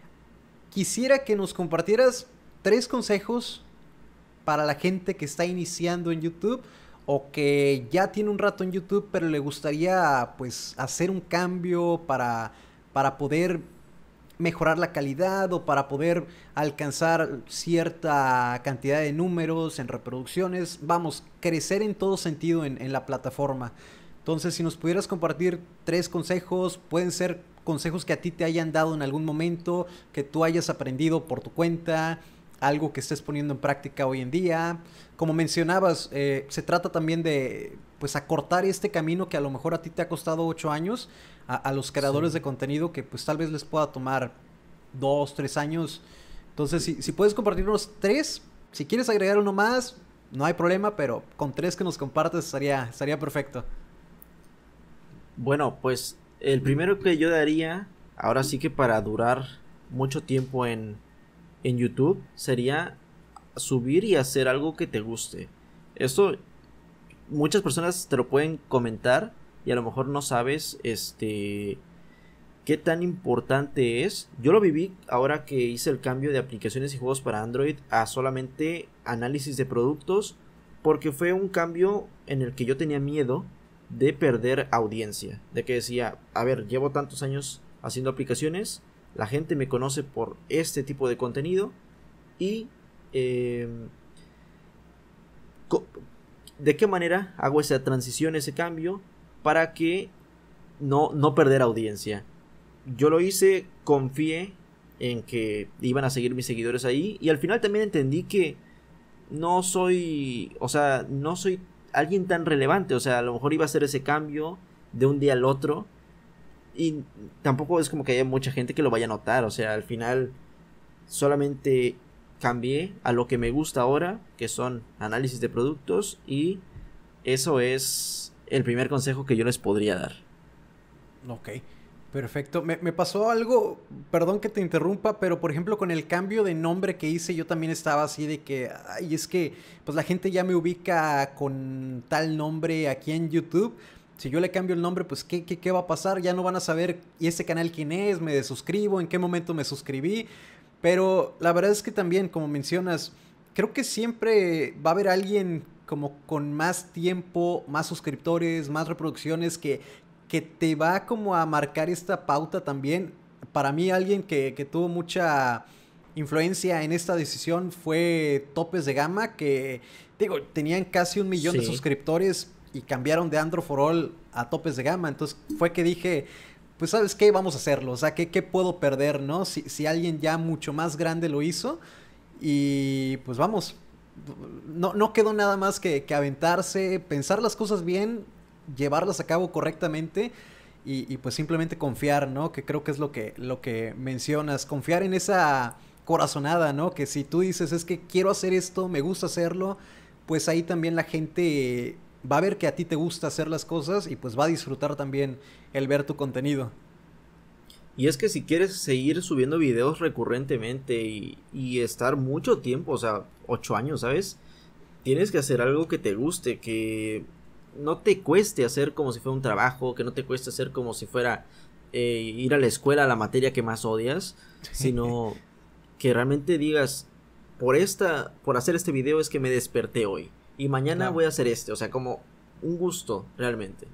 quisiera que nos compartieras tres consejos para la gente que está iniciando en YouTube o que ya tiene un rato en YouTube pero le gustaría pues hacer un cambio para, para poder mejorar la calidad o para poder alcanzar cierta cantidad de números en reproducciones, vamos, crecer en todo sentido en, en la plataforma. Entonces, si nos pudieras compartir tres consejos, pueden ser consejos que a ti te hayan dado en algún momento, que tú hayas aprendido por tu cuenta, algo que estés poniendo en práctica hoy en día. Como mencionabas, eh, se trata también de pues acortar este camino que a lo mejor a ti te ha costado ocho años, a, a los creadores Sí. de contenido que pues tal vez les pueda tomar dos, tres años. Entonces, si, si puedes compartirnos tres, si quieres agregar uno más, no hay problema, pero con tres que nos compartes estaría, estaría perfecto. Bueno, pues el primero que yo daría, ahora sí que para durar mucho tiempo en, en YouTube, sería subir y hacer algo que te guste. Esto muchas personas te lo pueden comentar y a lo mejor no sabes este qué tan importante es. Yo lo viví ahora que hice el cambio de aplicaciones y juegos para Android a solamente análisis de productos, porque fue un cambio en el que yo tenía miedo de perder audiencia, de que decía, a ver, llevo tantos años haciendo aplicaciones, la gente me conoce por este tipo de contenido y eh, de qué manera hago esa transición, ese cambio para que no, no perder audiencia. Yo lo hice, confié en que iban a seguir mis seguidores ahí y al final también entendí que no soy, o sea, no soy alguien tan relevante, o sea, a lo mejor iba a hacer ese cambio de un día al otro y tampoco es como que haya mucha gente que lo vaya a notar, o sea, al final solamente cambié a lo que me gusta ahora, que son análisis de productos, y eso es el primer consejo que yo les podría dar. Ok, perfecto. Me, me pasó algo, perdón que te interrumpa, pero por ejemplo con el cambio de nombre que hice yo también estaba así de que, ay, es que pues la gente ya me ubica con tal nombre aquí en YouTube. Si yo le cambio el nombre, pues ¿qué, qué, qué va a pasar? Ya no van a saber, ¿y ese canal quién es? ¿Me desuscribo? ¿En qué momento me suscribí? Pero la verdad es que también, como mencionas, creo que siempre va a haber alguien como con más tiempo, más suscriptores, más reproducciones que, que te va como a marcar esta pauta también. Para mí alguien que, que tuvo mucha influencia en esta decisión fue Topes de Gama, que digo, tenían casi un millón de Sí. suscriptores y cambiaron de Andro for All a Topes de Gama. Entonces fue que dije, pues sabes qué, vamos a hacerlo. O sea, ¿qué, qué puedo perder, no? Si, si alguien ya mucho más grande lo hizo. Y pues vamos, no, no quedó nada más que, que aventarse, pensar las cosas bien, llevarlas a cabo correctamente y, y pues simplemente confiar, ¿no? Que creo que es lo que, lo que mencionas, confiar en esa corazonada, ¿no? Que si tú dices es que quiero hacer esto, me gusta hacerlo, pues ahí también la gente va a ver que a ti te gusta hacer las cosas y pues va a disfrutar también el ver tu contenido. Y es que si quieres seguir subiendo videos recurrentemente y, y estar mucho tiempo, o sea, ocho años, ¿sabes? Tienes que hacer algo que te guste, que no te cueste hacer como si fuera un trabajo, que no te cueste hacer como si fuera eh, ir a la escuela a la materia que más odias, sino que realmente digas, por esta, por hacer este video es que me desperté hoy y mañana Claro, voy a hacer este, o sea, como un gusto realmente.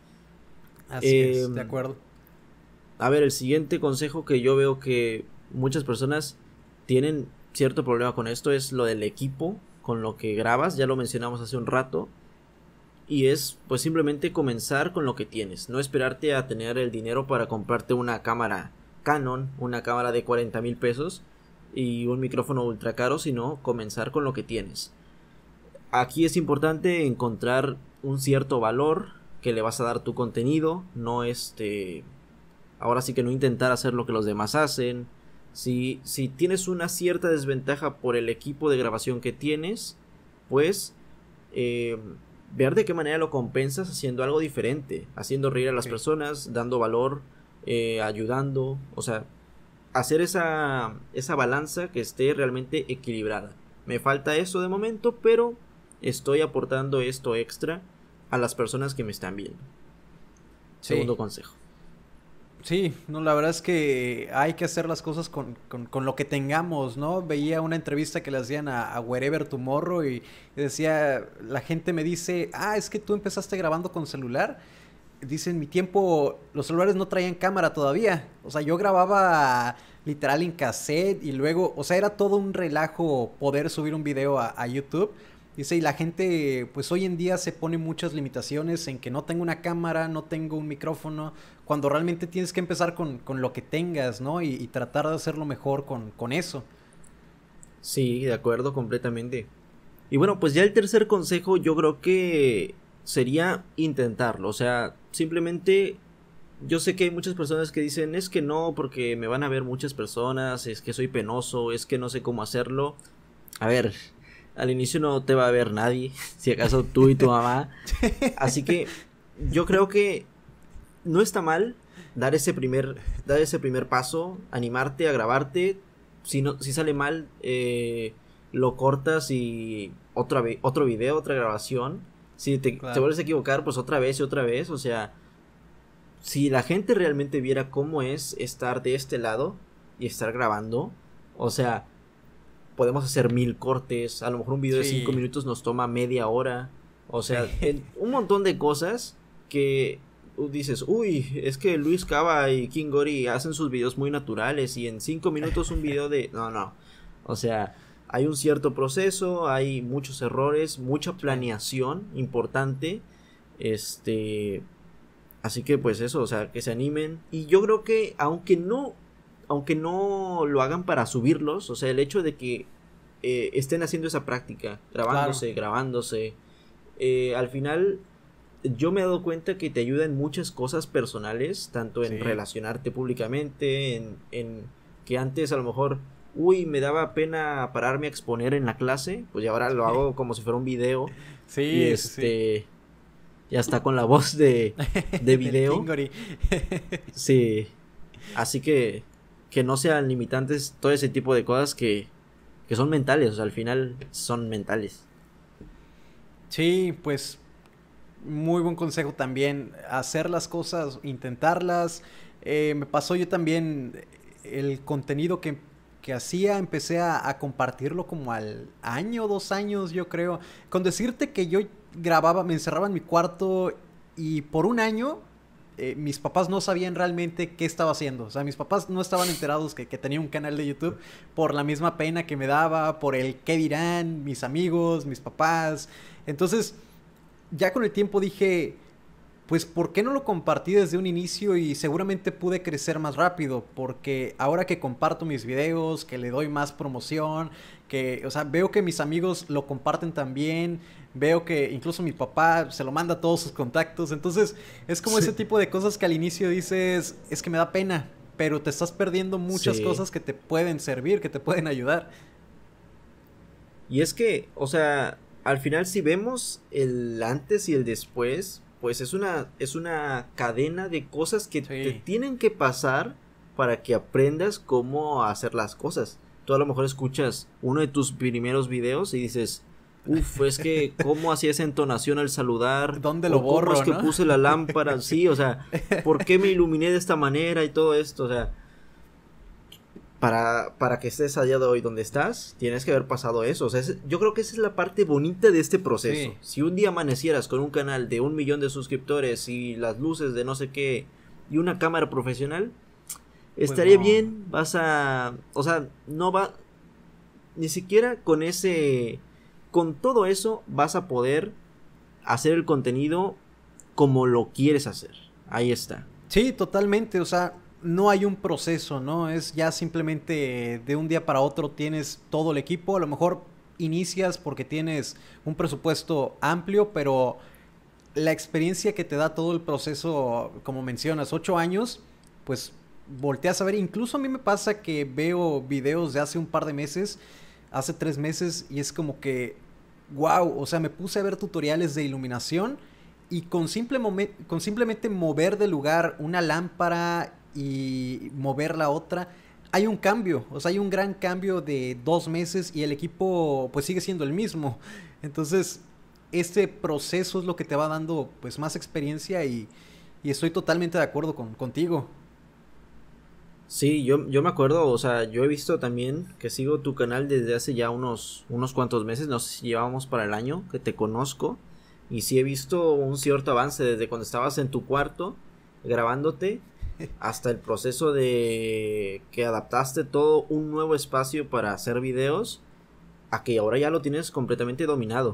así Eh, es, de acuerdo. a ver, el siguiente consejo que yo veo que muchas personas tienen cierto problema con esto es lo del equipo con lo que grabas, ya lo mencionamos hace un rato. Y es pues simplemente comenzar con lo que tienes, no esperarte a tener el dinero para comprarte una cámara Canon, una cámara de cuarenta mil pesos y un micrófono ultra caro, sino comenzar con lo que tienes. Aquí es importante encontrar un cierto valor que le vas a dar tu contenido, no este, ahora sí que no intentar hacer lo que los demás hacen. Si, si tienes una cierta desventaja por el equipo de grabación que tienes, pues eh, ver de qué manera lo compensas haciendo algo diferente, haciendo reír a las Sí. personas, dando valor, eh, ayudando, o sea, hacer esa, esa balanza que esté realmente equilibrada. Me falta eso de momento, pero estoy aportando esto extra a las personas que me están viendo. Sí. Segundo consejo. Sí, no, la verdad es que hay que hacer las cosas con, con, con lo que tengamos, ¿no? Veía una entrevista que le hacían a, a Wherever Tomorrow y decía, la gente me dice, ah, es que tú empezaste grabando con celular. Dice, en mi tiempo los celulares no traían cámara todavía. O sea, yo grababa literal en cassette y luego, o sea, era todo un relajo poder subir un video a, a YouTube. Dice, y la gente, pues hoy en día se pone muchas limitaciones en que no tengo una cámara, no tengo un micrófono, cuando realmente tienes que empezar con, con lo que tengas, ¿no? Y, y tratar de hacerlo mejor con, con eso. Sí, de acuerdo completamente. Y bueno, pues ya el tercer consejo yo creo que sería intentarlo. O sea, simplemente yo sé que hay muchas personas que dicen es que no, porque me van a ver muchas personas, es que soy penoso, es que no sé cómo hacerlo. A ver, al inicio no te va a ver nadie, si acaso tú y tu mamá. Así que yo creo que no está mal dar ese primer, dar ese primer paso, animarte a grabarte. Si no, si sale mal, eh, lo cortas y otra vez, otro video, otra grabación. Si te, te Claro. vuelves a equivocar, pues otra vez y otra vez. O sea, si la gente realmente viera cómo es estar de este lado y estar grabando, o sea, podemos hacer mil cortes. A lo mejor un video de cinco Sí, minutos nos toma media hora. O sí, sea, en un montón de cosas que uh, dices, uy, es que Luis Cava y King Gory hacen sus videos muy naturales y en cinco minutos un video de... No, no. O sea, hay un cierto proceso, hay muchos errores, mucha sí. planeación importante. Este... Así que pues eso, o sea, que se animen. Y yo creo que aunque no, aunque no lo hagan para subirlos, o sea, el hecho de que eh, estén haciendo esa práctica, Claro. grabándose, grabándose, eh, al final yo me he dado cuenta que te ayuda en muchas cosas personales, tanto en Sí, relacionarte públicamente, en, en que antes a lo mejor uy, me daba pena pararme a exponer en la clase, pues ya ahora lo hago como si fuera un video. Sí, Y este, sí. Ya está con la voz de, de video. Kingori. Sí, así que, que no sean limitantes todo ese tipo de cosas que, que son mentales, o sea, al final son mentales. Sí, pues muy buen consejo también, hacer las cosas, intentarlas. Eh, me pasó yo también el contenido que, que hacía, empecé a, a compartirlo como al año, dos años yo creo. Con decirte que yo grababa, me encerraba en mi cuarto y por un año eh, mis papás no sabían realmente qué estaba haciendo. O sea, mis papás no estaban enterados que, que tenía un canal de YouTube por la misma pena que me daba, por el qué dirán mis amigos, mis papás. Entonces, ya con el tiempo dije, pues ¿por qué no lo compartí desde un inicio y seguramente pude crecer más rápido? Porque ahora que comparto mis videos, que le doy más promoción, que, o sea, veo que mis amigos lo comparten también, veo que incluso mi papá se lo manda a todos sus contactos, entonces es como sí. Ese tipo de cosas que al inicio dices, es que me da pena, pero te estás perdiendo muchas sí. cosas que te pueden servir, que te pueden ayudar. Y es que, o sea, al final si vemos el antes y el después, pues es una, es una cadena de cosas que sí. te tienen que pasar para que aprendas cómo hacer las cosas. Tú a lo mejor escuchas uno de tus primeros videos y dices, uff, es que cómo hacía esa entonación al saludar. ¿Dónde lo borro, cómo es que ¿no? puse la lámpara, sí, o sea, ¿por qué me iluminé de esta manera y todo esto? O sea, para, para que estés allá de hoy donde estás, tienes que haber pasado eso. O sea, es, yo creo que esa es la parte bonita de este proceso. Sí. Si un día amanecieras con un canal de un millón de suscriptores y las luces de no sé qué y una cámara profesional, pues estaría no. bien, vas a... O sea, no va... Ni siquiera con ese... Con todo eso vas a poder hacer el contenido como lo quieres hacer. Ahí está. Sí, totalmente. O sea, no hay un proceso, ¿no? Es ya simplemente de un día para otro tienes todo el equipo. A lo mejor inicias porque tienes un presupuesto amplio, pero la experiencia que te da todo el proceso, como mencionas, ocho años, pues volteas a ver. Incluso a mí me pasa que veo videos de hace un par de meses, hace tres meses, y es como que, wow, o sea, me puse a ver tutoriales de iluminación y con, simple momen- con simplemente mover de lugar una lámpara y mover la otra, hay un cambio, o sea, hay un gran cambio de dos meses y el equipo pues sigue siendo el mismo. Entonces, este proceso es lo que te va dando pues más experiencia y, y estoy totalmente de acuerdo con, contigo. Sí, yo, yo me acuerdo, o sea, yo he visto también que sigo tu canal desde hace ya unos, unos cuantos meses, no sé si llevamos para el año que te conozco, y sí he visto un cierto avance desde cuando estabas en tu cuarto grabándote hasta el proceso de que adaptaste todo un nuevo espacio para hacer videos a que ahora ya lo tienes completamente dominado.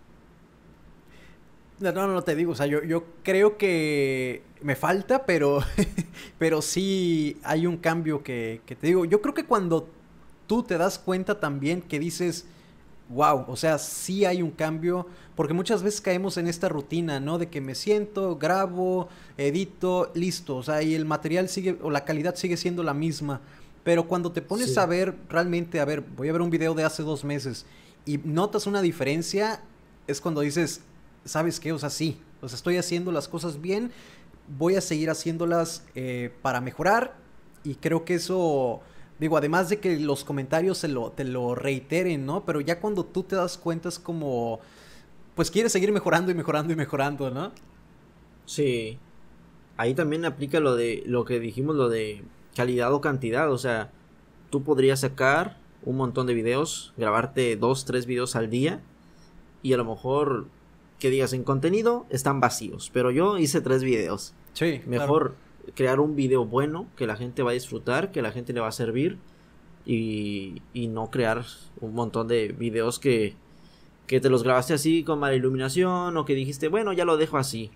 No, no, no te digo, o sea, yo, yo creo que me falta, pero, pero sí hay un cambio que, que te digo. Yo creo que cuando tú te das cuenta también que dices, wow, o sea, sí hay un cambio, porque muchas veces caemos en esta rutina, ¿no? De que me siento, grabo, edito, listo, o sea, y el material sigue, o la calidad sigue siendo la misma. Pero cuando te pones sí. a ver, realmente, a ver, voy a ver un video de hace dos meses y notas una diferencia, es cuando dices, ¿sabes qué? O sea, sí, o sea, estoy haciendo las cosas bien, voy a seguir haciéndolas eh, para mejorar, y creo que eso, digo, además de que los comentarios se lo, te lo reiteren, ¿no? Pero ya cuando tú te das cuenta es como, pues quieres seguir mejorando y mejorando y mejorando, ¿no? Sí, ahí también aplica lo de, lo que dijimos, lo de calidad o cantidad, o sea, tú podrías sacar un montón de videos, grabarte dos, tres videos al día, y a lo mejor que digas en contenido están vacíos, pero yo hice tres videos. Sí, mejor claro. Crear un video bueno que la gente va a disfrutar, que la gente le va a servir, y, y no crear un montón de videos que, que te los grabaste así con mala iluminación o que dijiste, bueno, ya lo dejo así.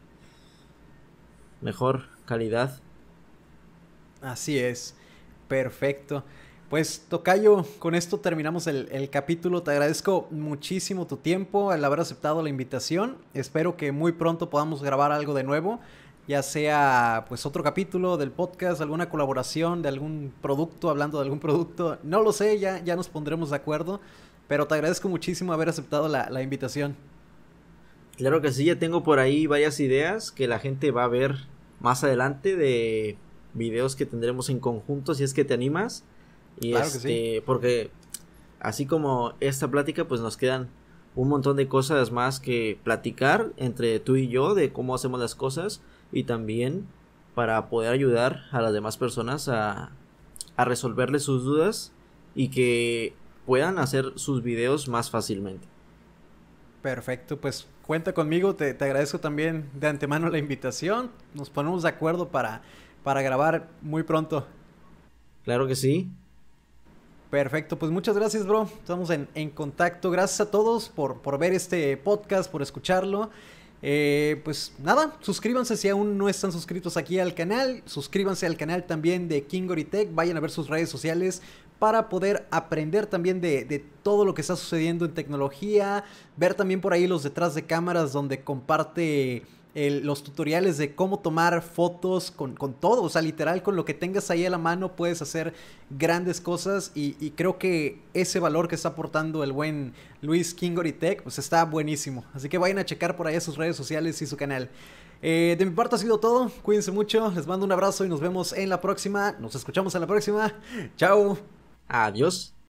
Mejor calidad. Así es, perfecto. Pues tocayo, con esto terminamos el, el capítulo. Te agradezco muchísimo tu tiempo, el haber aceptado la invitación. Espero que muy pronto podamos grabar algo de nuevo. ya sea pues otro capítulo del podcast, alguna colaboración de algún producto, hablando de algún producto, no lo sé, ya, ya nos pondremos de acuerdo, pero te agradezco muchísimo haber aceptado la, la invitación. Claro que sí, ya tengo por ahí varias ideas que la gente va a ver más adelante de videos que tendremos en conjunto si es que te animas. Y Claro que sí. este, porque así como esta plática, pues nos quedan un montón de cosas más que platicar entre tú y yo de cómo hacemos las cosas y también para poder ayudar a las demás personas a, a resolverles sus dudas y que puedan hacer sus videos más fácilmente. Perfecto, pues cuenta conmigo, te, te agradezco también de antemano la invitación, nos ponemos de acuerdo para, para grabar muy pronto. Claro que sí. Perfecto, pues muchas gracias, bro. Estamos en, en contacto. Gracias a todos por, por ver este podcast, por escucharlo. Eh, pues nada, suscríbanse si aún no están suscritos aquí al canal. Suscríbanse al canal también de KingOriTech. Vayan a ver sus redes sociales para poder aprender también de, de todo lo que está sucediendo en tecnología. Ver también por ahí los detrás de cámaras donde comparte el, los tutoriales de cómo tomar fotos con, con todo, o sea, literal con lo que tengas ahí a la mano puedes hacer grandes cosas y, y creo que ese valor que está aportando el buen Luis KingOriTech pues está buenísimo, así que vayan a checar por ahí sus redes sociales y su canal. Eh, de mi parte ha sido todo, cuídense mucho, les mando un abrazo y nos vemos en la próxima, nos escuchamos en la próxima, chao. Adiós.